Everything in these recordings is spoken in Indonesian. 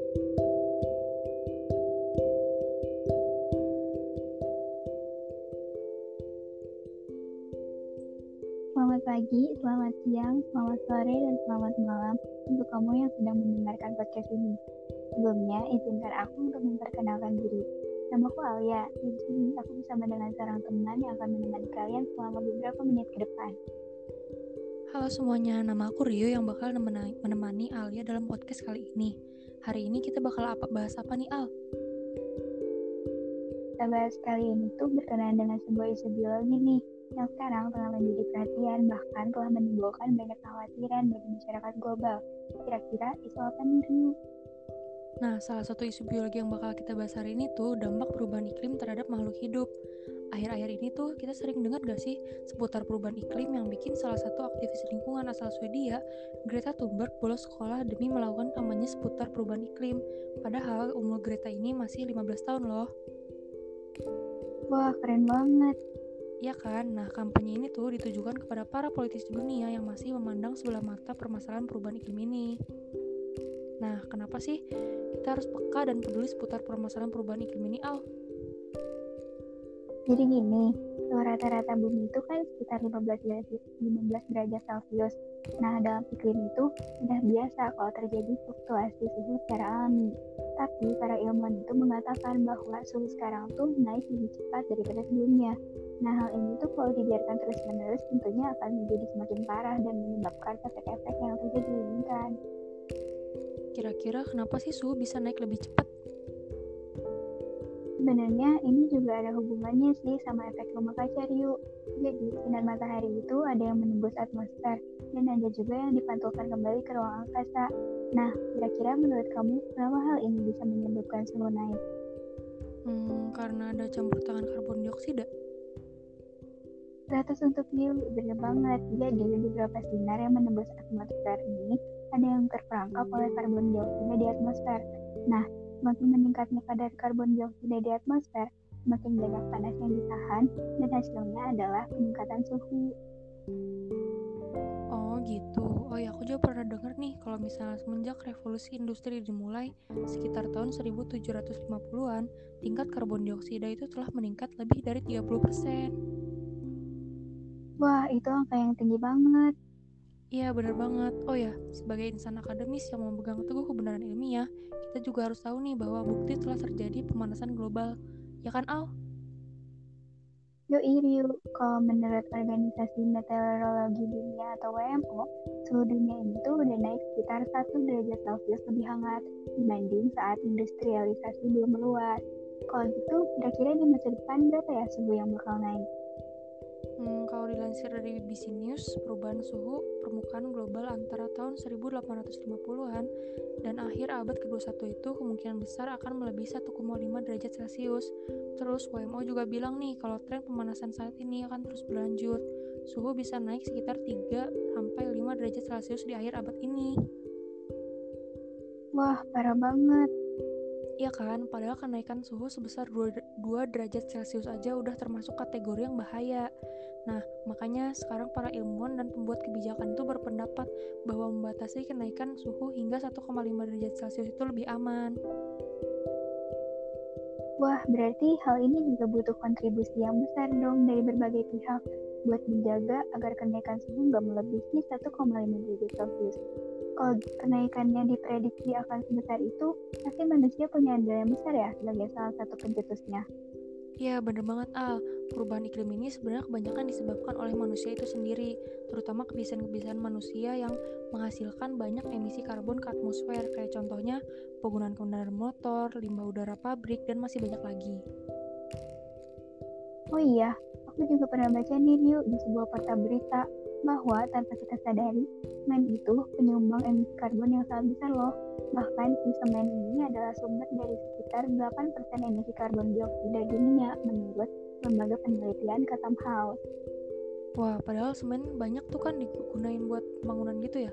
Selamat pagi, selamat siang, selamat sore, dan selamat malam untuk kamu yang sedang mendengarkan podcast ini. Sebelumnya, izinkan aku untuk memperkenalkan diri. Namaku Alia, di sini aku bersama dengan seorang teman yang akan menemani kalian selama beberapa menit ke depan. Halo semuanya, nama aku Rio yang bakal menemani Alia dalam podcast kali ini. Hari ini kita bakal bahas apa nih, Al? Kita bahas kali ini tuh berkenaan dengan sebuah isu biologi nih, yang sekarang tengah menjadi perhatian, bahkan telah menimbulkan banyak kekhawatiran bagi masyarakat global. Kira-kira isu apa nih, Rio? Nah, salah satu isu biologi yang bakal kita bahas hari ini tuh dampak perubahan iklim terhadap makhluk hidup. Akhir-akhir ini tuh kita sering dengar gak sih seputar perubahan iklim yang bikin salah satu aktivis lingkungan asal Swedia, Greta Thunberg, bolos sekolah demi melakukan kampanye seputar perubahan iklim. Padahal umur Greta ini masih 15 tahun loh. Wah, keren banget. Ya kan? Nah, kampanye ini tuh ditujukan kepada para politisi dunia yang masih memandang sebelah mata permasalahan perubahan iklim ini. Nah, kenapa sih kita harus peka dan peduli seputar permasalahan perubahan iklim ini, Al? Jadi gini, rata-rata bumi itu kan sekitar 15 derajat Celcius. Nah, dalam iklim itu sudah biasa kalau terjadi fluktuasi suhu secara alami. Tapi para ilmuwan itu mengatakan bahwa suhu sekarang tuh naik lebih cepat daripada sebelumnya. Nah, hal ini tuh kalau dibiarkan terus-menerus tentunya akan menjadi semakin parah dan menyebabkan efek-efek yang tidak diinginkan. Kira-kira kenapa sih suhu bisa naik lebih cepat? Sebenarnya ini juga ada hubungannya sih sama efek rumah kaca, Rio. Jadi, sinar matahari itu ada yang menembus atmosfer, dan ada juga yang dipantulkan kembali ke ruang angkasa. Nah, kira-kira menurut kamu, kenapa hal ini bisa menyebabkan suhu naik? Karena ada campur tangan karbon dioksida. 100 untuk Rio, benar banget. Jadi, beberapa sinar yang menembus atmosfer ini ada yang terperangkap oleh karbon dioksida di atmosfer. Nah, semakin meningkatnya kadar karbon dioksida di atmosfer, semakin banyak panas yang ditahan, dan hasilnya adalah peningkatan suhu. Oh gitu. Oh ya, aku juga pernah dengar nih kalau misalnya semenjak revolusi industri dimulai sekitar tahun 1750-an, tingkat karbon dioksida itu telah meningkat lebih dari 30%. Wah, itu angka yang tinggi banget. Iya, benar banget. Oh ya, sebagai insan akademis yang memegang teguh kebenaran ilmiah, kita juga harus tahu nih bahwa bukti telah terjadi pemanasan global. Ya kan, Al? Yoi, Rio, kalau menurut Organisasi Meteorologi Dunia atau WMO, suhu dunia ini tuh udah naik sekitar 1 derajat Celcius lebih hangat dibanding saat industrialisasi belum meluas. Kalau gitu, kira-kira di masa depan berapa ya suhu yang bakal naik? Kalau dilansir dari BBC News, perubahan suhu permukaan global antara tahun 1850-an dan akhir abad ke-21 itu kemungkinan besar akan melebihi 1,5 derajat Celcius. Terus WMO juga bilang nih kalau tren pemanasan saat ini akan terus berlanjut. Suhu bisa naik sekitar 3-5 derajat Celcius di akhir abad ini. Wah, parah banget. Iya kan, padahal kenaikan suhu sebesar 2 derajat Celcius aja udah termasuk kategori yang bahaya. Nah, makanya sekarang para ilmuwan dan pembuat kebijakan itu berpendapat bahwa membatasi kenaikan suhu hingga 1,5 derajat Celcius itu lebih aman. Wah, berarti hal ini juga butuh kontribusi yang besar dong dari berbagai pihak buat menjaga agar kenaikan suhu nggak melebihi 1,5 derajat Celcius. Kalau kenaikannya diprediksi akan sebesar itu, pasti manusia punya andil yang besar ya sebagai salah satu pencetusnya. Ya, bener banget Al. Perubahan iklim ini sebenarnya kebanyakan disebabkan oleh manusia itu sendiri, terutama kebiasaan-kebiasaan manusia yang menghasilkan banyak emisi karbon ke atmosfer, kayak contohnya penggunaan kendaraan motor, limbah udara pabrik, dan masih banyak lagi. Oh iya, aku juga pernah baca nih Rio di sebuah portal berita bahwa tanpa kita sadari, semen itu penyumbang emisi karbon yang sangat besar loh. Bahkan si semen ini adalah sumber dari sekitar 8% emisi karbon dioksida dunia menurut lembaga penelitian Chatham House. Wah, padahal semen banyak tuh kan digunain buat pembangunan gitu ya?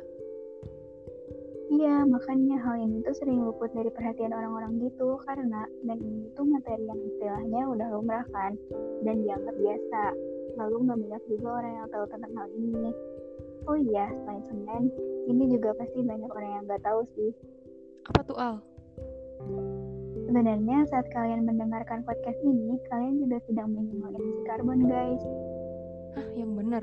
Iya, makanya hal ini tuh sering luput dari perhatian orang-orang gitu karena semen ini tuh materi yang istilahnya udah lumrah kan dan dianggap biasa. Lalu nggak banyak juga orang yang tahu tentang hal ini. Oh iya, selain semen, ini juga pasti banyak orang yang nggak tahu sih. Apa tuh Al? Sebenarnya saat kalian mendengarkan podcast ini, kalian juga sedang menyumbang emisi karbon, guys. Hah, yang benar?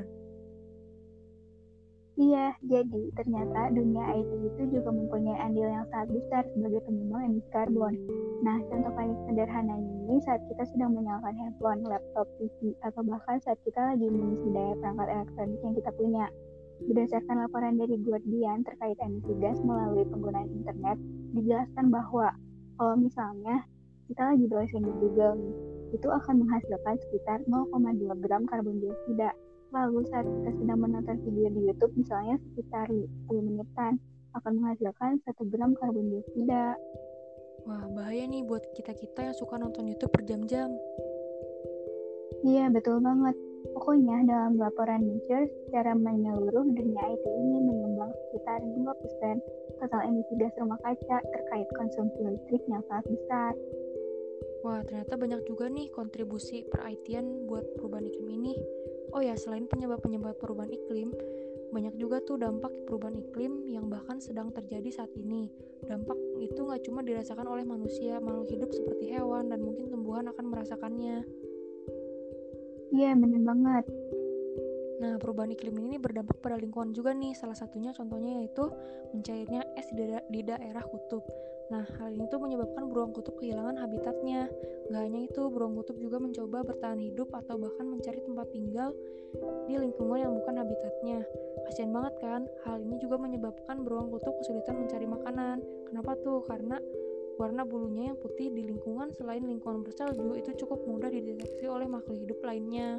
Iya, jadi ternyata dunia IT itu juga mempunyai andil yang sangat besar sebagai penyumbang emisi karbon. Nah, contoh paling sederhananya ini saat kita sedang menyalakan handphone, laptop, TV, atau bahkan saat kita lagi mengisi daya perangkat elektronik yang kita punya. Berdasarkan laporan dari Guardian terkait emisi gas melalui penggunaan internet, dijelaskan bahwa kalau misalnya kita lagi browsing di Google nih, itu akan menghasilkan sekitar 0,2 gram karbon dioksida. Lalu saat kita sedang menonton video di YouTube misalnya sekitar 10 menitan akan menghasilkan 1 gram karbon dioksida. Wah, bahaya nih buat kita-kita yang suka nonton YouTube berjam-jam. Iya, betul banget. Pokoknya dalam laporan Nature, secara menyeluruh dunia IT ini menyumbang sekitar 2% total emisi gas rumah kaca terkait konsumsi listrik yang sangat besar. Wah, ternyata banyak juga nih kontribusi per-IT-an buat perubahan iklim ini. Oh ya, selain penyebab-penyebab perubahan iklim, banyak juga tuh dampak perubahan iklim yang bahkan sedang terjadi saat ini. Dampak itu nggak cuma dirasakan oleh manusia, makhluk hidup seperti hewan dan mungkin tumbuhan akan merasakannya. Iya, bener banget. Nah, perubahan iklim ini berdampak pada lingkungan juga nih. Salah satunya contohnya yaitu mencairnya es di daerah kutub. Nah, hal ini tuh menyebabkan beruang kutub kehilangan habitatnya. Gak hanya itu, beruang kutub juga mencoba bertahan hidup atau bahkan mencari tempat tinggal di lingkungan yang bukan habitatnya. Kasian banget kan? Hal ini juga menyebabkan beruang kutub kesulitan mencari makanan. Kenapa tuh? Karena warna bulunya yang putih di lingkungan selain lingkungan bersalju itu cukup mudah dideteksi oleh makhluk hidup lainnya.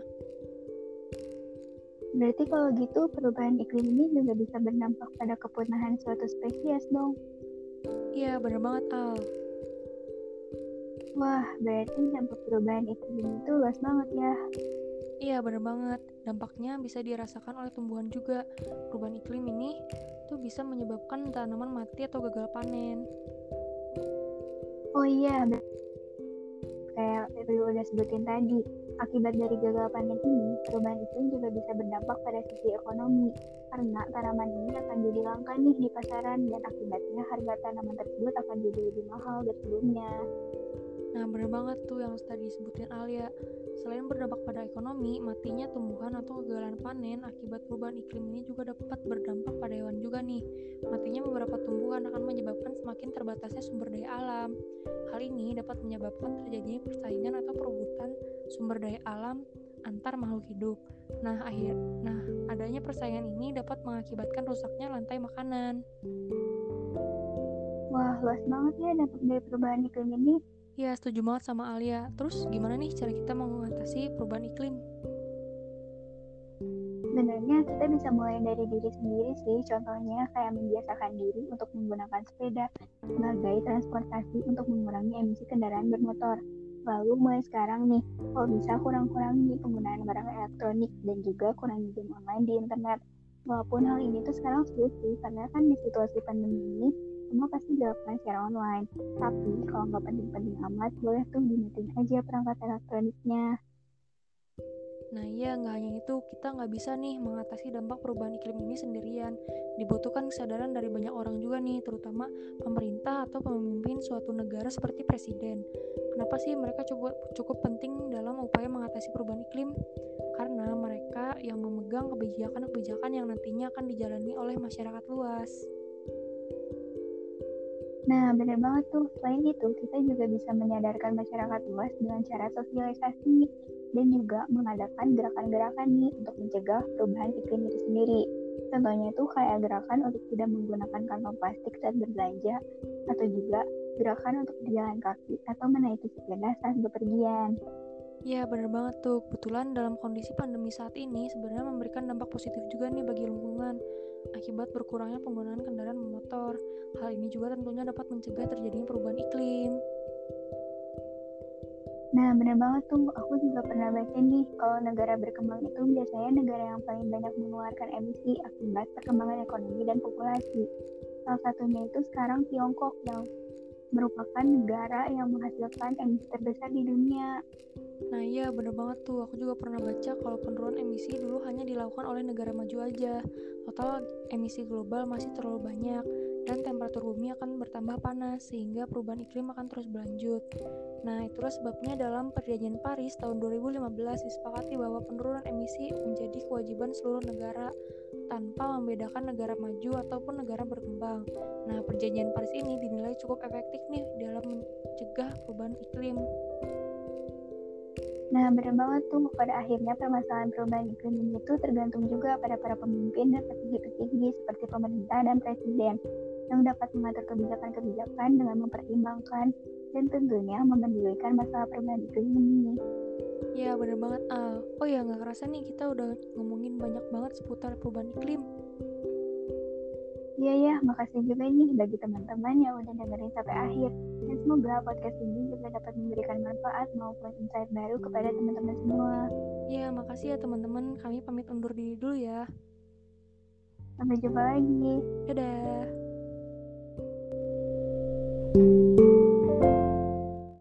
Berarti kalau gitu perubahan iklim ini juga bisa berdampak pada kepunahan suatu spesies dong. Iya, bener banget, Al. Wah, berarti dampak perubahan iklim itu luas banget ya. Iya, bener banget. Dampaknya bisa dirasakan oleh tumbuhan juga. Perubahan iklim ini tuh bisa menyebabkan tanaman mati atau gagal panen. Oh iya, kayak Ryu udah sebutin tadi, akibat dari gagal panen ini, perubahan iklim juga bisa berdampak pada sisi ekonomi. Karena tanaman ini akan jadi langka nih di pasaran dan akibatnya harga tanaman tersebut akan jadi lebih mahal dari sebelumnya. Nah, bener banget tuh yang tadi disebutin Alia. Selain berdampak pada ekonomi, matinya tumbuhan atau kegagalan panen akibat perubahan iklim ini juga dapat berdampak pada hewan juga nih. Matinya beberapa tumbuhan akan menyebabkan semakin terbatasnya sumber daya alam. Hal ini dapat menyebabkan terjadinya persaingan atau perebutan sumber daya alam antar makhluk hidup. Nah, adanya persaingan ini dapat mengakibatkan rusaknya rantai makanan. Wah, luas banget ya dampak dari perubahan iklim ini. Ya, setuju banget sama Alia. Terus gimana nih cara kita mengatasi perubahan iklim? Sebenarnya kita bisa mulai dari diri sendiri sih, contohnya kayak membiasakan diri untuk menggunakan sepeda sebagai transportasi untuk mengurangi emisi kendaraan bermotor. Lalu mulai sekarang nih, kalau bisa kurang-kurangi penggunaan barang elektronik dan juga kurangi game online di internet. Walaupun hal ini tuh sekarang sulit sih, karena kan di situasi pandemi ini semua pasti dilakukan secara online. Tapi kalau nggak penting-penting amat, boleh tuh dimatiin aja perangkat elektroniknya. Nah iya, nggak hanya itu, kita nggak bisa nih mengatasi dampak perubahan iklim ini sendirian. Dibutuhkan kesadaran dari banyak orang juga nih, terutama pemerintah atau pemimpin suatu negara seperti presiden. Kenapa sih mereka cukup penting dalam upaya mengatasi perubahan iklim? Karena mereka yang memegang kebijakan-kebijakan yang nantinya akan dijalani oleh masyarakat luas. Nah, benar banget tuh. Selain itu, kita juga bisa menyadarkan masyarakat luas dengan cara sosialisasi dan juga mengadakan gerakan-gerakan nih untuk mencegah perubahan iklim itu sendiri. Contohnya itu kayak gerakan untuk tidak menggunakan kantong plastik saat berbelanja, atau juga gerakan untuk berjalan kaki atau menaiki sepeda saat bepergian. Ya benar banget tuh, kebetulan dalam kondisi pandemi saat ini sebenarnya memberikan dampak positif juga nih bagi lingkungan akibat berkurangnya penggunaan kendaraan bermotor. Hal ini juga tentunya dapat mencegah terjadinya perubahan iklim. Nah, benar banget tuh. Aku juga pernah baca nih, kalau negara berkembang itu biasanya negara yang paling banyak mengeluarkan emisi akibat perkembangan ekonomi dan populasi. Salah satunya itu sekarang Tiongkok yang merupakan negara yang menghasilkan emisi terbesar di dunia. Nah iya bener banget tuh, aku juga pernah baca kalau penurunan emisi dulu hanya dilakukan oleh negara maju aja. Total emisi global masih terlalu banyak. dan temperatur bumi akan bertambah panas sehingga perubahan iklim akan terus berlanjut. Nah, itulah sebabnya dalam Perjanjian Paris tahun 2015 disepakati bahwa penurunan emisi menjadi kewajiban seluruh negara tanpa membedakan negara maju ataupun negara berkembang. Nah, Perjanjian Paris ini dinilai cukup efektif nih dalam mencegah perubahan iklim. Nah, benar banget tuh, pada akhirnya permasalahan perubahan iklim ini tuh tergantung juga pada para pemimpin dan petinggi-petinggi seperti pemerintah dan presiden yang dapat mengatur kebijakan-kebijakan dengan mempertimbangkan dan tentunya memendulikan masalah perubahan iklim ini. Ya, benar banget, Al. Oh ya, nggak kerasa nih kita udah ngomongin banyak banget seputar perubahan iklim. Iya ya, makasih juga nih bagi teman-teman yang udah dengerin sampai akhir. Dan semoga podcast ini juga dapat memberikan manfaat maupun insight baru kepada teman-teman semua. Ya, makasih ya teman-teman. Kami pamit undur diri dulu ya. Sampai jumpa lagi. Dadah.